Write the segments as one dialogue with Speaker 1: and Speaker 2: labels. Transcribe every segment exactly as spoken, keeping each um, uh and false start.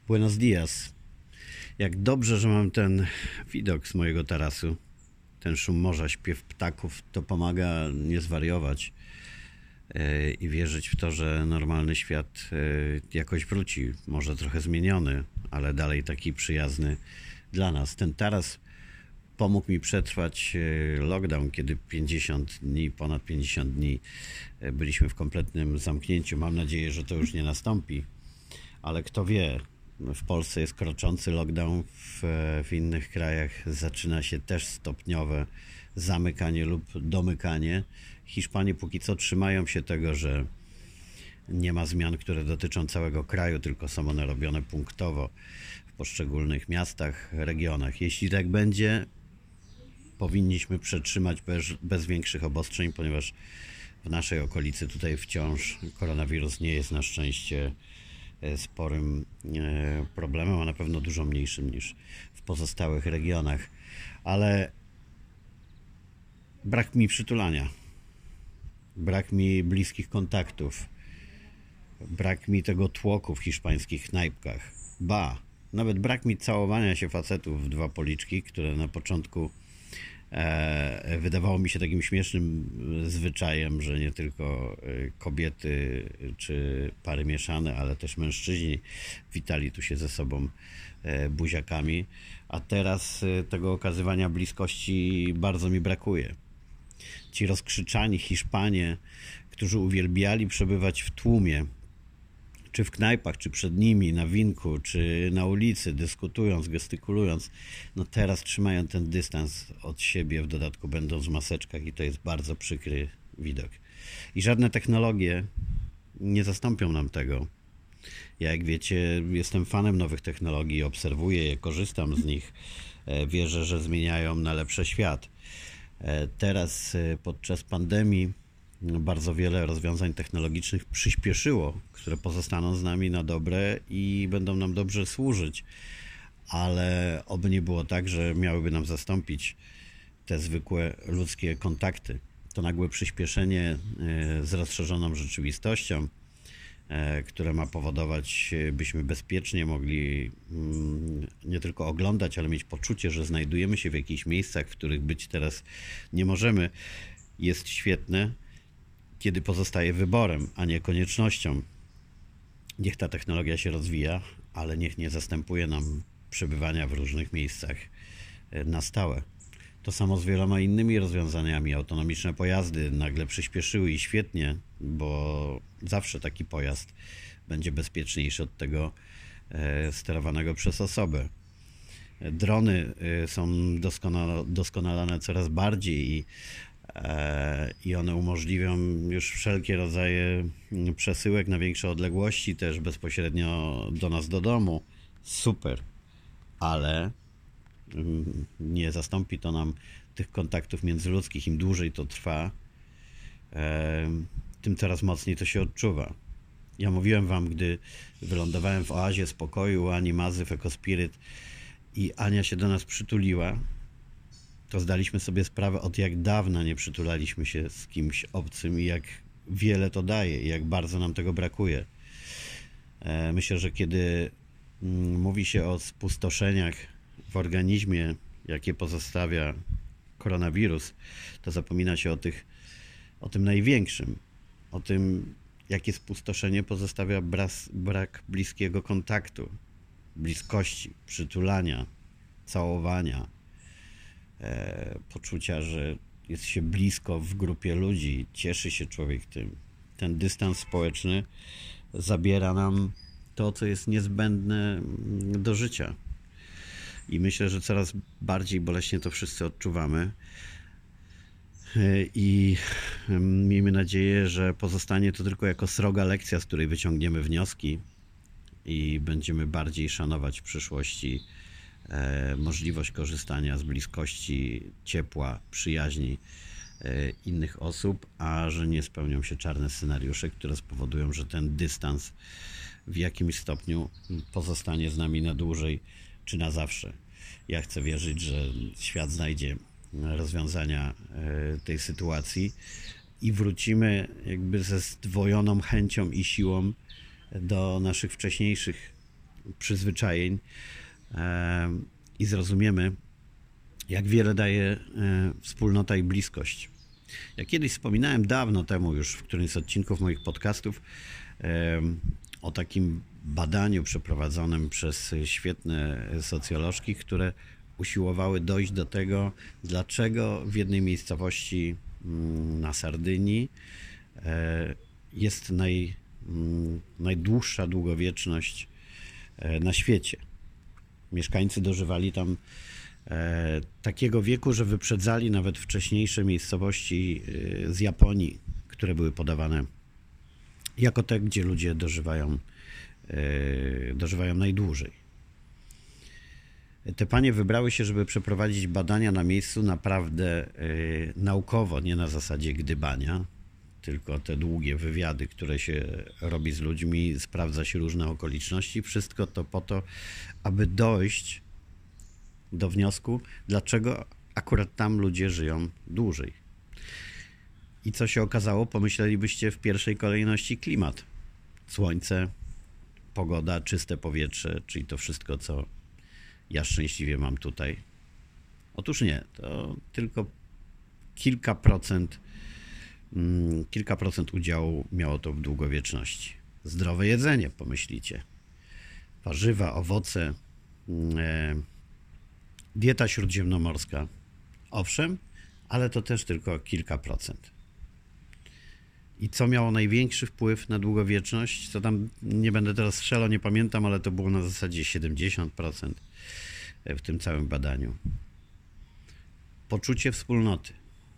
Speaker 1: Buenos dias. Jak dobrze, że mam ten widok z mojego tarasu. Ten szum morza, śpiew ptaków, to pomaga nie zwariować yy, i wierzyć w to, że normalny świat yy, jakoś wróci. Może trochę zmieniony, ale dalej taki przyjazny dla nas. Ten taras pomógł mi przetrwać yy, lockdown, kiedy pięćdziesiąt dni, ponad pięćdziesiąt dni yy, byliśmy w kompletnym zamknięciu. Mam nadzieję, że to już nie nastąpi, ale kto wie. W Polsce jest kroczący lockdown, w, w innych krajach zaczyna się też stopniowe zamykanie lub domykanie. Hiszpanie póki co trzymają się tego, że nie ma zmian, które dotyczą całego kraju, tylko są one robione punktowo w poszczególnych miastach, regionach. Jeśli tak będzie, powinniśmy przetrzymać bez, bez większych obostrzeń, ponieważ w naszej okolicy tutaj wciąż koronawirus nie jest na szczęście sporym problemem, a na pewno dużo mniejszym niż w pozostałych regionach. Ale brak mi przytulania, brak mi bliskich kontaktów, brak mi tego tłoku w hiszpańskich knajpkach. Ba, nawet brak mi całowania się facetów w dwa policzki, które na początku e, wydawało mi się takim śmiesznym zwyczajem, że nie tylko kobiety czy pary mieszane, ale też mężczyźni witali tu się ze sobą e, buziakami, a teraz e, tego okazywania bliskości bardzo mi brakuje. Ci rozkrzyczani Hiszpanie, którzy uwielbiali przebywać w tłumie, czy w knajpach, czy przed nimi, na winku, czy na ulicy, dyskutując, gestykulując, no teraz trzymają ten dystans od siebie, w dodatku będą w maseczkach i to jest bardzo przykry widok. I żadne technologie nie zastąpią nam tego. Ja, jak wiecie, jestem fanem nowych technologii, obserwuję je, korzystam z nich, wierzę, że zmieniają na lepszy świat. Teraz podczas pandemii bardzo wiele rozwiązań technologicznych przyspieszyło, które pozostaną z nami na dobre i będą nam dobrze służyć, ale oby nie było tak, że miałyby nam zastąpić te zwykłe ludzkie kontakty. To nagłe przyspieszenie z rozszerzoną rzeczywistością, które ma powodować, byśmy bezpiecznie mogli nie tylko oglądać, ale mieć poczucie, że znajdujemy się w jakichś miejscach, w których być teraz nie możemy, jest świetne, kiedy pozostaje wyborem, a nie koniecznością. Niech ta technologia się rozwija, ale niech nie zastępuje nam przebywania w różnych miejscach na stałe. To samo z wieloma innymi rozwiązaniami. Autonomiczne pojazdy nagle przyspieszyły i świetnie, bo zawsze taki pojazd będzie bezpieczniejszy od tego sterowanego przez osobę. Drony są doskonale, doskonalane coraz bardziej i i one umożliwią już wszelkie rodzaje przesyłek na większe odległości, też bezpośrednio do nas do domu. Super, ale nie zastąpi to nam tych kontaktów międzyludzkich. Im dłużej to trwa, tym coraz mocniej to się odczuwa. Ja mówiłem wam, gdy wylądowałem w oazie spokoju Ani Mazy w Ecospirit i Ania się do nas przytuliła, to zdaliśmy sobie sprawę, od jak dawna nie przytulaliśmy się z kimś obcym i jak wiele to daje i jak bardzo nam tego brakuje. Myślę, że kiedy mówi się o spustoszeniach w organizmie, jakie pozostawia koronawirus, to zapomina się o tych, o tym największym, o tym, jakie spustoszenie pozostawia brak, brak bliskiego kontaktu, bliskości, przytulania, całowania, poczucia, że jest się blisko w grupie ludzi, cieszy się człowiek tym. Ten dystans społeczny zabiera nam to, co jest niezbędne do życia. I myślę, że coraz bardziej boleśnie to wszyscy odczuwamy. I miejmy nadzieję, że pozostanie to tylko jako sroga lekcja, z której wyciągniemy wnioski i będziemy bardziej szanować w przyszłości możliwość korzystania z bliskości, ciepła, przyjaźni innych osób, a że nie spełnią się czarne scenariusze, które spowodują, że ten dystans w jakimś stopniu pozostanie z nami na dłużej czy na zawsze. Ja chcę wierzyć, że świat znajdzie rozwiązania tej sytuacji i wrócimy jakby ze zdwojoną chęcią i siłą do naszych wcześniejszych przyzwyczajeń i zrozumiemy, jak wiele daje wspólnota i bliskość. Ja kiedyś wspominałem dawno temu już w którymś z odcinków moich podcastów o takim badaniu przeprowadzonym przez świetne socjolożki, które usiłowały dojść do tego, dlaczego w jednej miejscowości na Sardynii jest naj, najdłuższa długowieczność na świecie. Mieszkańcy dożywali tam takiego wieku, że wyprzedzali nawet wcześniejsze miejscowości z Japonii, które były podawane jako te, gdzie ludzie dożywają, dożywają najdłużej. Te panie wybrały się, żeby przeprowadzić badania na miejscu naprawdę naukowo, nie na zasadzie gdybania, tylko te długie wywiady, które się robi z ludźmi, sprawdza się różne okoliczności. Wszystko to po to, aby dojść do wniosku, dlaczego akurat tam ludzie żyją dłużej. I co się okazało? Pomyślelibyście w pierwszej kolejności klimat. Słońce, pogoda, czyste powietrze, czyli to wszystko, co ja szczęśliwie mam tutaj. Otóż nie, to tylko kilka procent, mm, kilka procent udziału miało to w długowieczności. Zdrowe jedzenie, pomyślicie. Warzywa, owoce, e, dieta śródziemnomorska. Owszem, ale to też tylko kilka procent. I co miało największy wpływ na długowieczność? To tam nie będę teraz strzelał, nie pamiętam, ale to było na zasadzie siedemdziesiąt procent w tym całym badaniu. Poczucie wspólnoty.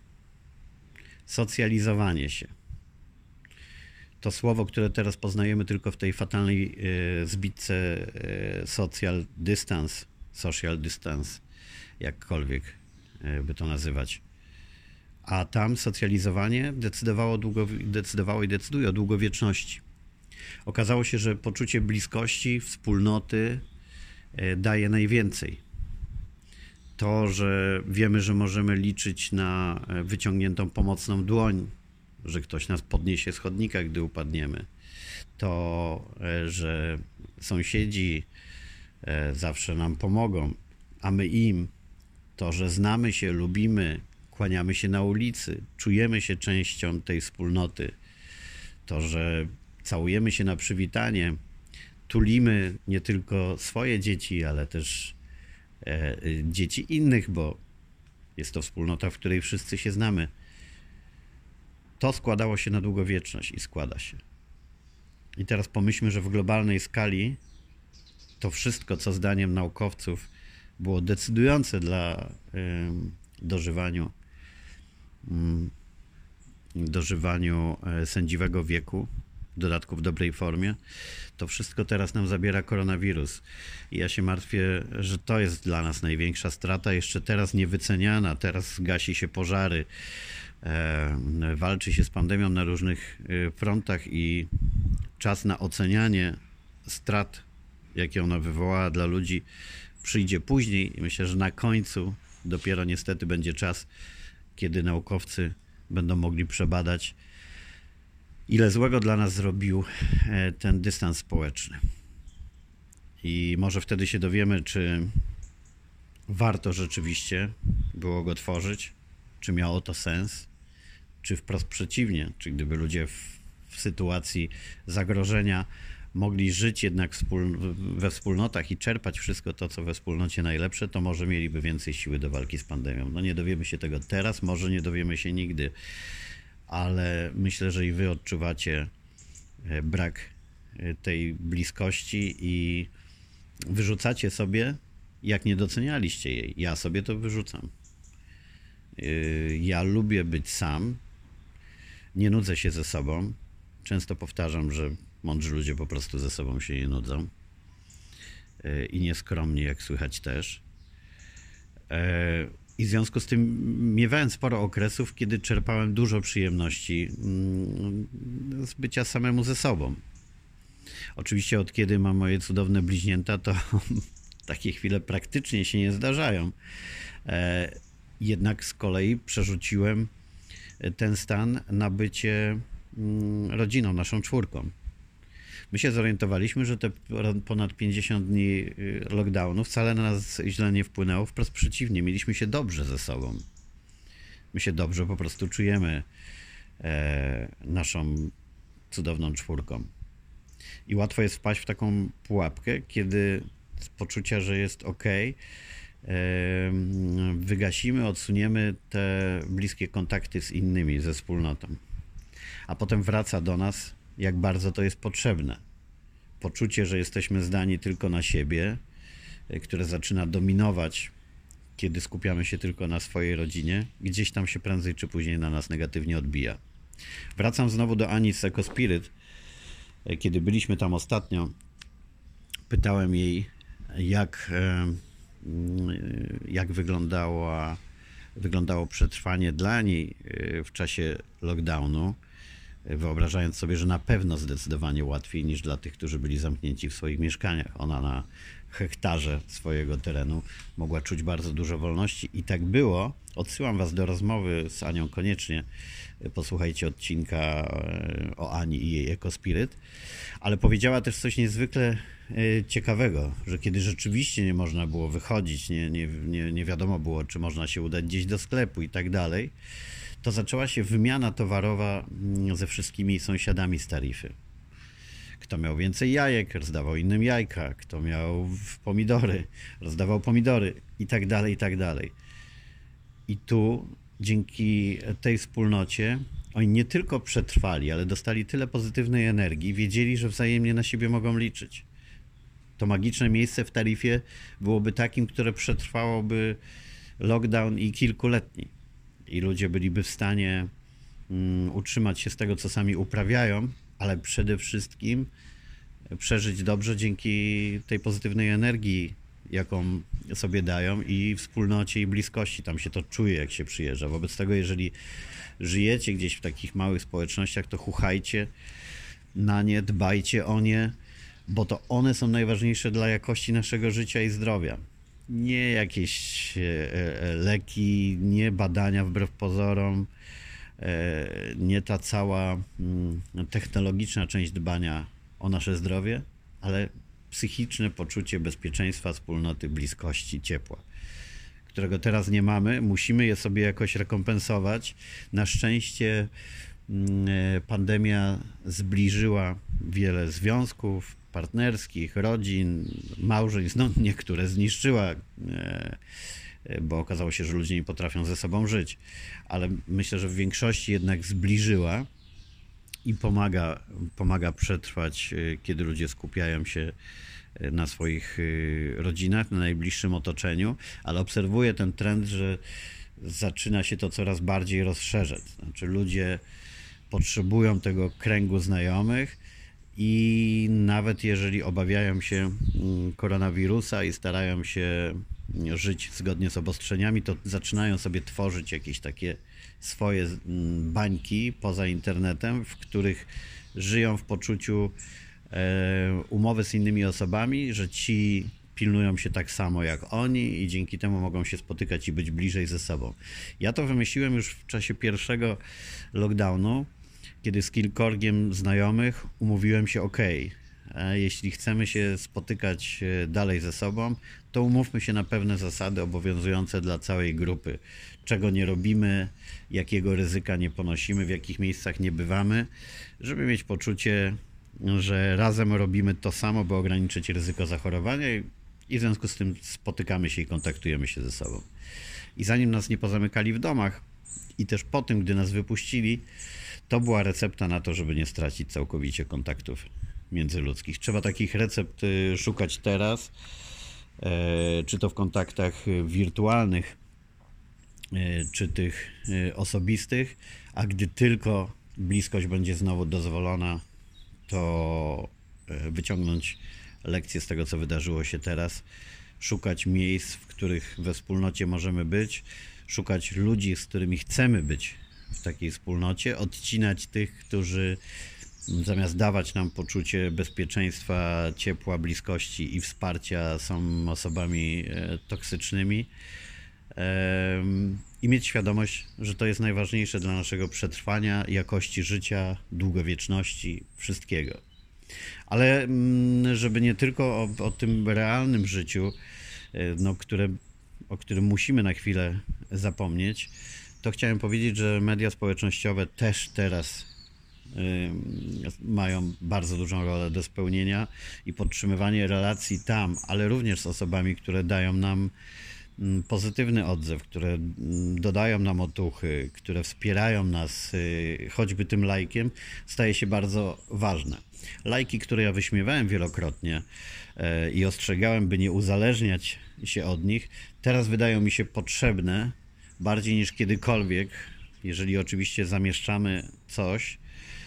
Speaker 1: Socjalizowanie się. To słowo, które teraz poznajemy tylko w tej fatalnej e, zbitce e, social distance, social distance, jakkolwiek e, by to nazywać. A tam socjalizowanie decydowało, długo, decydowało i decyduje o długowieczności. Okazało się, że poczucie bliskości, wspólnoty daje najwięcej. To, że wiemy, że możemy liczyć na wyciągniętą pomocną dłoń, że ktoś nas podniesie z chodnika, gdy upadniemy. To, że sąsiedzi zawsze nam pomogą, a my im. To, że znamy się, lubimy, kłaniamy się na ulicy, czujemy się częścią tej wspólnoty. To, że całujemy się na przywitanie, tulimy nie tylko swoje dzieci, ale też e, dzieci innych, bo jest to wspólnota, w której wszyscy się znamy. To składało się na długowieczność i składa się. I teraz pomyślmy, że w globalnej skali to wszystko, co zdaniem naukowców było decydujące dla y, dożywaniu, y, dożywaniu sędziwego wieku, w dodatku w dobrej formie, to wszystko teraz nam zabiera koronawirus. I ja się martwię, że to jest dla nas największa strata, jeszcze teraz niewyceniana, teraz gasi się pożary, e, walczy się z pandemią na różnych frontach i czas na ocenianie strat, jakie ona wywołała dla ludzi, przyjdzie później i myślę, że na końcu dopiero niestety będzie czas, kiedy naukowcy będą mogli przebadać, ile złego dla nas zrobił ten dystans społeczny. I może wtedy się dowiemy, czy warto rzeczywiście było go tworzyć, czy miało to sens, czy wprost przeciwnie, czy gdyby ludzie w, w sytuacji zagrożenia mogli żyć jednak wspól, we wspólnotach i czerpać wszystko to, co we wspólnocie najlepsze, to może mieliby więcej siły do walki z pandemią. No nie dowiemy się tego teraz, może nie dowiemy się nigdy, ale myślę, że i wy odczuwacie brak tej bliskości i wyrzucacie sobie, jak nie docenialiście jej. Ja sobie to wyrzucam. Ja lubię być sam, nie nudzę się ze sobą. Często powtarzam, że mądrzy ludzie po prostu ze sobą się nie nudzą i nieskromni, jak słychać też. I w związku z tym miewałem sporo okresów, kiedy czerpałem dużo przyjemności z bycia samemu ze sobą. Oczywiście od kiedy mam moje cudowne bliźnięta, to takie chwile praktycznie się nie zdarzają. Jednak z kolei przerzuciłem ten stan na bycie rodziną, naszą czwórką. My się zorientowaliśmy, że te ponad pięćdziesiąt dni lockdownu wcale na nas źle nie wpłynęło, wprost przeciwnie, mieliśmy się dobrze ze sobą. My się dobrze po prostu czujemy e, naszą cudowną czwórką. I łatwo jest wpaść w taką pułapkę, kiedy z poczucia, że jest ok, wygasimy, odsuniemy te bliskie kontakty z innymi, ze wspólnotą. A potem wraca do nas, jak bardzo to jest potrzebne. Poczucie, że jesteśmy zdani tylko na siebie, które zaczyna dominować, kiedy skupiamy się tylko na swojej rodzinie, gdzieś tam się prędzej czy później na nas negatywnie odbija. Wracam znowu do Ani z Ecospirit. Kiedy byliśmy tam ostatnio, pytałem jej, jak, jak wyglądała, wyglądało przetrwanie dla niej w czasie lockdownu, wyobrażając sobie, że na pewno zdecydowanie łatwiej niż dla tych, którzy byli zamknięci w swoich mieszkaniach. Ona na hektarze swojego terenu mogła czuć bardzo dużo wolności i tak było. Odsyłam Was do rozmowy z Anią koniecznie. Posłuchajcie odcinka o Ani i jej Ecospirit. Ale powiedziała też coś niezwykle ciekawego, że kiedy rzeczywiście nie można było wychodzić, nie, nie, nie, nie wiadomo było, czy można się udać gdzieś do sklepu i tak dalej, to zaczęła się wymiana towarowa ze wszystkimi sąsiadami z Tarify. Kto miał więcej jajek, rozdawał innym jajka, kto miał pomidory, rozdawał pomidory i tak dalej, i tak dalej. I tu dzięki tej wspólnocie oni nie tylko przetrwali, ale dostali tyle pozytywnej energii, wiedzieli, że wzajemnie na siebie mogą liczyć. To magiczne miejsce w Tarifie byłoby takim, które przetrwałoby lockdown i kilkuletni. I ludzie byliby w stanie um, utrzymać się z tego, co sami uprawiają, ale przede wszystkim przeżyć dobrze dzięki tej pozytywnej energii, jaką sobie dają i wspólnocie i bliskości. Tam się to czuje, jak się przyjeżdża. Wobec tego, jeżeli żyjecie gdzieś w takich małych społecznościach, to chuchajcie na nie, dbajcie o nie, bo to one są najważniejsze dla jakości naszego życia i zdrowia. Nie jakieś leki, nie badania wbrew pozorom, nie ta cała technologiczna część dbania o nasze zdrowie, ale psychiczne poczucie bezpieczeństwa, wspólnoty, bliskości, ciepła, którego teraz nie mamy. Musimy je sobie jakoś rekompensować. Na szczęście pandemia zbliżyła wiele związków partnerskich, rodzin, małżeństw, no niektóre zniszczyła, bo okazało się, że ludzie nie potrafią ze sobą żyć, ale myślę, że w większości jednak zbliżyła i pomaga, pomaga przetrwać, kiedy ludzie skupiają się na swoich rodzinach, na najbliższym otoczeniu, ale obserwuję ten trend, że zaczyna się to coraz bardziej rozszerzać. Znaczy ludzie potrzebują tego kręgu znajomych i nawet jeżeli obawiają się koronawirusa i starają się żyć zgodnie z obostrzeniami, to zaczynają sobie tworzyć jakieś takie swoje bańki poza internetem, w których żyją w poczuciu umowy z innymi osobami, że ci pilnują się tak samo jak oni i dzięki temu mogą się spotykać i być bliżej ze sobą. Ja to wymyśliłem już w czasie pierwszego lockdownu, kiedy z kilkorgiem znajomych umówiłem się, ok, jeśli chcemy się spotykać dalej ze sobą, to umówmy się na pewne zasady obowiązujące dla całej grupy. Czego nie robimy, jakiego ryzyka nie ponosimy, w jakich miejscach nie bywamy, żeby mieć poczucie, że razem robimy to samo, by ograniczyć ryzyko zachorowania i w związku z tym spotykamy się i kontaktujemy się ze sobą. I zanim nas nie pozamykali w domach i też po tym, gdy nas wypuścili, to była recepta na to, żeby nie stracić całkowicie kontaktów międzyludzkich. Trzeba takich recept szukać teraz, czy to w kontaktach wirtualnych, czy tych osobistych, a gdy tylko bliskość będzie znowu dozwolona, to wyciągnąć lekcje z tego, co wydarzyło się teraz, szukać miejsc, w których we wspólnocie możemy być, szukać ludzi, z którymi chcemy być w takiej wspólnocie, odcinać tych, którzy zamiast dawać nam poczucie bezpieczeństwa, ciepła, bliskości i wsparcia, są osobami toksycznymi, i mieć świadomość, że to jest najważniejsze dla naszego przetrwania, jakości życia, długowieczności, wszystkiego. Ale mm, żeby nie tylko o, o tym realnym życiu, y, no, które, o którym musimy na chwilę zapomnieć, to chciałem powiedzieć, że media społecznościowe też teraz y, mają bardzo dużą rolę do spełnienia i podtrzymywanie relacji tam, ale również z osobami, które dają nam mm, pozytywny odzew, które mm, dodają nam otuchy, które wspierają nas y, choćby tym lajkiem, staje się bardzo ważne. Lajki, które ja wyśmiewałem wielokrotnie y, i ostrzegałem, by nie uzależniać się od nich, teraz wydają mi się potrzebne bardziej niż kiedykolwiek, jeżeli oczywiście zamieszczamy coś,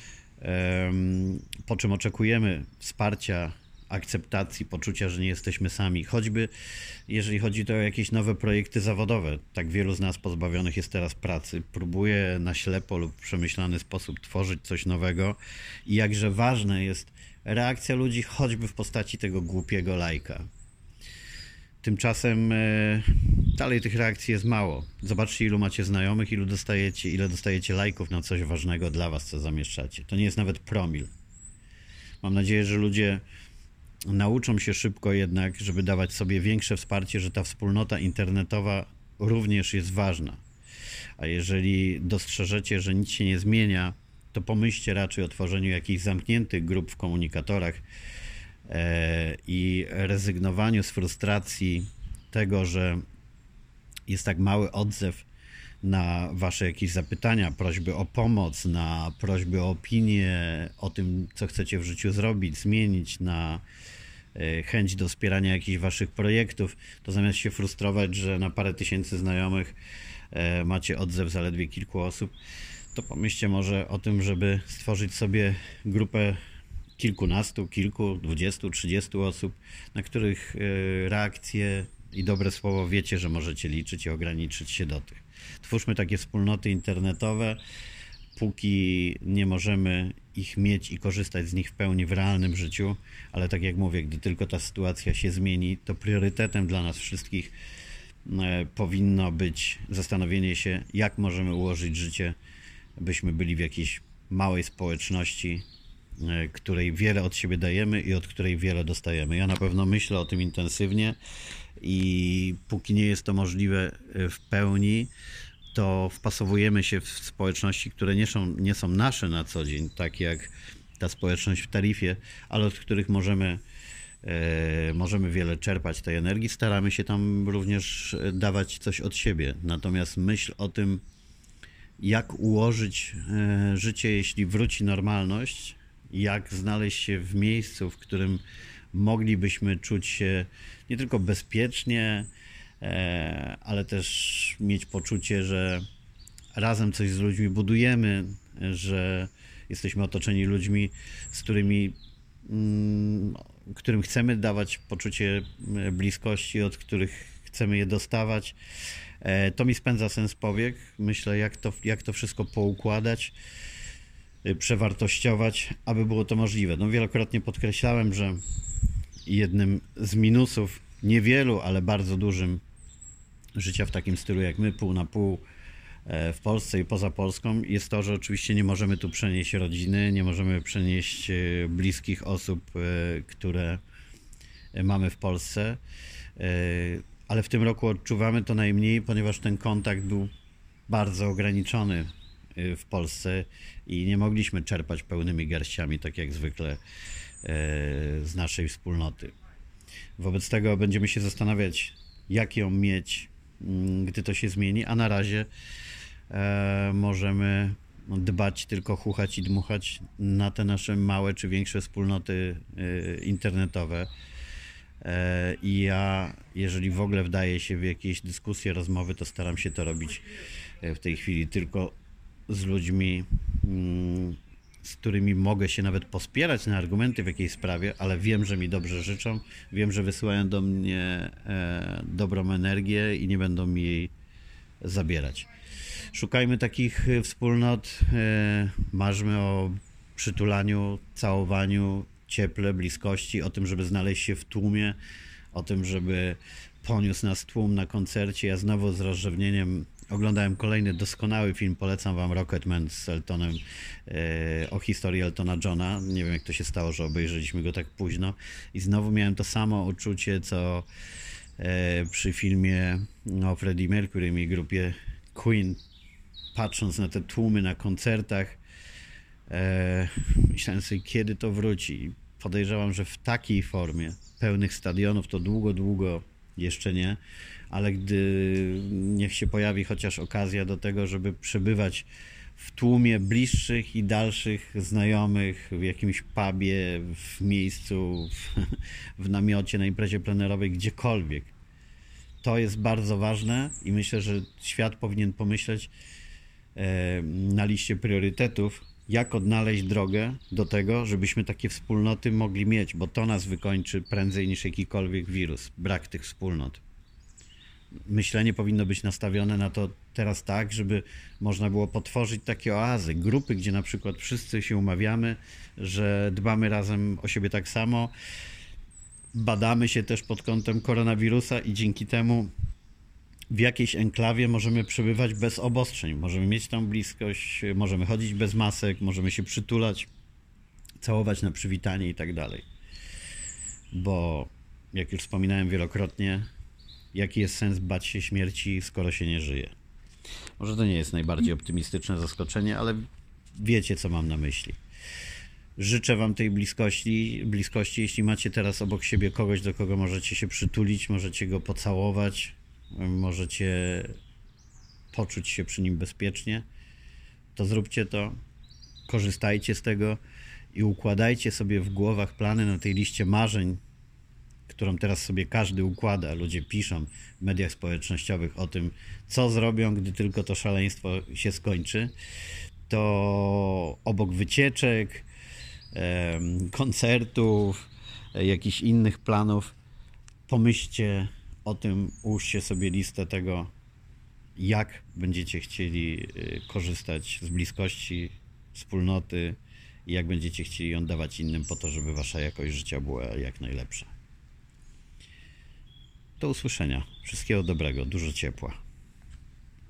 Speaker 1: po czym oczekujemy wsparcia, akceptacji, poczucia, że nie jesteśmy sami. Choćby jeżeli chodzi to o jakieś nowe projekty zawodowe. Tak wielu z nas pozbawionych jest teraz pracy. Próbuje na ślepo lub w przemyślany sposób tworzyć coś nowego i jakże ważna jest reakcja ludzi, choćby w postaci tego głupiego lajka. Tymczasem e, dalej tych reakcji jest mało. Zobaczcie, ilu macie znajomych, ilu dostajecie, ile dostajecie lajków na coś ważnego dla was, co zamieszczacie. To nie jest nawet promil. Mam nadzieję, że ludzie nauczą się szybko jednak, żeby dawać sobie większe wsparcie, że ta wspólnota internetowa również jest ważna. A jeżeli dostrzeżecie, że nic się nie zmienia, to pomyślcie raczej o tworzeniu jakichś zamkniętych grup w komunikatorach i rezygnowaniu z frustracji tego, że jest tak mały odzew na wasze jakieś zapytania, prośby o pomoc, na prośby o opinię, o tym, co chcecie w życiu zrobić, zmienić, na chęć do wspierania jakichś waszych projektów, to zamiast się frustrować, że na parę tysięcy znajomych macie odzew zaledwie kilku osób, to pomyślcie może o tym, żeby stworzyć sobie grupę kilkunastu, kilku, dwudziestu, trzydziestu osób, na których reakcje i dobre słowo wiecie, że możecie liczyć i ograniczyć się do tych. Twórzmy takie wspólnoty internetowe, póki nie możemy ich mieć i korzystać z nich w pełni w realnym życiu, ale tak jak mówię, gdy tylko ta sytuacja się zmieni, to priorytetem dla nas wszystkich powinno być zastanowienie się, jak możemy ułożyć życie, byśmy byli w jakiejś małej społeczności, której wiele od siebie dajemy i od której wiele dostajemy. Ja na pewno myślę o tym intensywnie i póki nie jest to możliwe w pełni, to wpasowujemy się w społeczności, które nie są, nie są nasze na co dzień, tak jak ta społeczność w Tarifie, ale od których możemy, e, możemy wiele czerpać tej energii. Staramy się tam również dawać coś od siebie. Natomiast myśl o tym, jak ułożyć e, życie, jeśli wróci normalność, jak znaleźć się w miejscu, w którym moglibyśmy czuć się nie tylko bezpiecznie, ale też mieć poczucie, że razem coś z ludźmi budujemy, że jesteśmy otoczeni ludźmi, z którymi, którym chcemy dawać poczucie bliskości, od których chcemy je dostawać. To mi spędza sens powiek. Myślę, jak to, jak to wszystko poukładać, przewartościować, aby było to możliwe. No, wielokrotnie podkreślałem, że jednym z minusów, niewielu, ale bardzo dużym, życia w takim stylu jak my, pół na pół w Polsce i poza Polską, jest to, że oczywiście nie możemy tu przenieść rodziny, nie możemy przenieść bliskich osób, które mamy w Polsce, ale w tym roku odczuwamy to najmniej, ponieważ ten kontakt był bardzo ograniczony w Polsce i nie mogliśmy czerpać pełnymi garściami, tak jak zwykle z naszej wspólnoty. Wobec tego będziemy się zastanawiać, jak ją mieć, gdy to się zmieni, a na razie możemy dbać, tylko chuchać i dmuchać na te nasze małe czy większe wspólnoty internetowe. I ja, jeżeli w ogóle wdaję się w jakieś dyskusje, rozmowy, to staram się to robić w tej chwili tylko z ludźmi, z którymi mogę się nawet pospierać na argumenty w jakiejś sprawie, ale wiem, że mi dobrze życzą, wiem, że wysyłają do mnie dobrą energię i nie będą mi jej zabierać. Szukajmy takich wspólnot, marzmy o przytulaniu, całowaniu, cieple, bliskości, o tym, żeby znaleźć się w tłumie, o tym, żeby poniósł nas tłum na koncercie. Ja znowu z rozrzewnieniem Oglądałem kolejny doskonały film, polecam wam, Rocketman z Eltonem, e, o historii Eltona Johna. Nie wiem, jak to się stało, że obejrzeliśmy go tak późno. I znowu miałem to samo uczucie, co e, przy filmie o Freddie Mercury i grupie Queen. Patrząc na te tłumy na koncertach, e, myślałem sobie, kiedy to wróci. Podejrzewam, że w takiej formie pełnych stadionów to długo, długo jeszcze nie, ale gdy niech się pojawi chociaż okazja do tego, żeby przebywać w tłumie bliższych i dalszych znajomych w jakimś pubie, w miejscu, w, w namiocie, na imprezie plenerowej, gdziekolwiek. To jest bardzo ważne i myślę, że świat powinien pomyśleć e, na liście priorytetów, jak odnaleźć drogę do tego, żebyśmy takie wspólnoty mogli mieć, bo to nas wykończy prędzej niż jakikolwiek wirus, brak tych wspólnot. Myślenie powinno być nastawione na to teraz tak, żeby można było potworzyć takie oazy, grupy, gdzie na przykład wszyscy się umawiamy, że dbamy razem o siebie tak samo, badamy się też pod kątem koronawirusa i dzięki temu w jakiejś enklawie możemy przebywać bez obostrzeń, możemy mieć tam bliskość, możemy chodzić bez masek, możemy się przytulać, całować na przywitanie i tak dalej. Bo jak już wspominałem wielokrotnie, jaki jest sens bać się śmierci, skoro się nie żyje? Może to nie jest najbardziej optymistyczne zaskoczenie, ale wiecie, co mam na myśli. Życzę wam tej bliskości, bliskości, jeśli macie teraz obok siebie kogoś, do kogo możecie się przytulić, możecie go pocałować, możecie poczuć się przy nim bezpiecznie, to zróbcie to, korzystajcie z tego i układajcie sobie w głowach plany na tej liście marzeń, którą teraz sobie każdy układa. Ludzie piszą w mediach społecznościowych o tym, co zrobią, gdy tylko to szaleństwo się skończy. To obok wycieczek, koncertów, jakichś innych planów, pomyślcie o tym, ułóżcie sobie listę tego, jak będziecie chcieli korzystać z bliskości, wspólnoty i jak będziecie chcieli ją dawać innym po to, żeby wasza jakość życia była jak najlepsza. Do usłyszenia. Wszystkiego dobrego, dużo ciepła.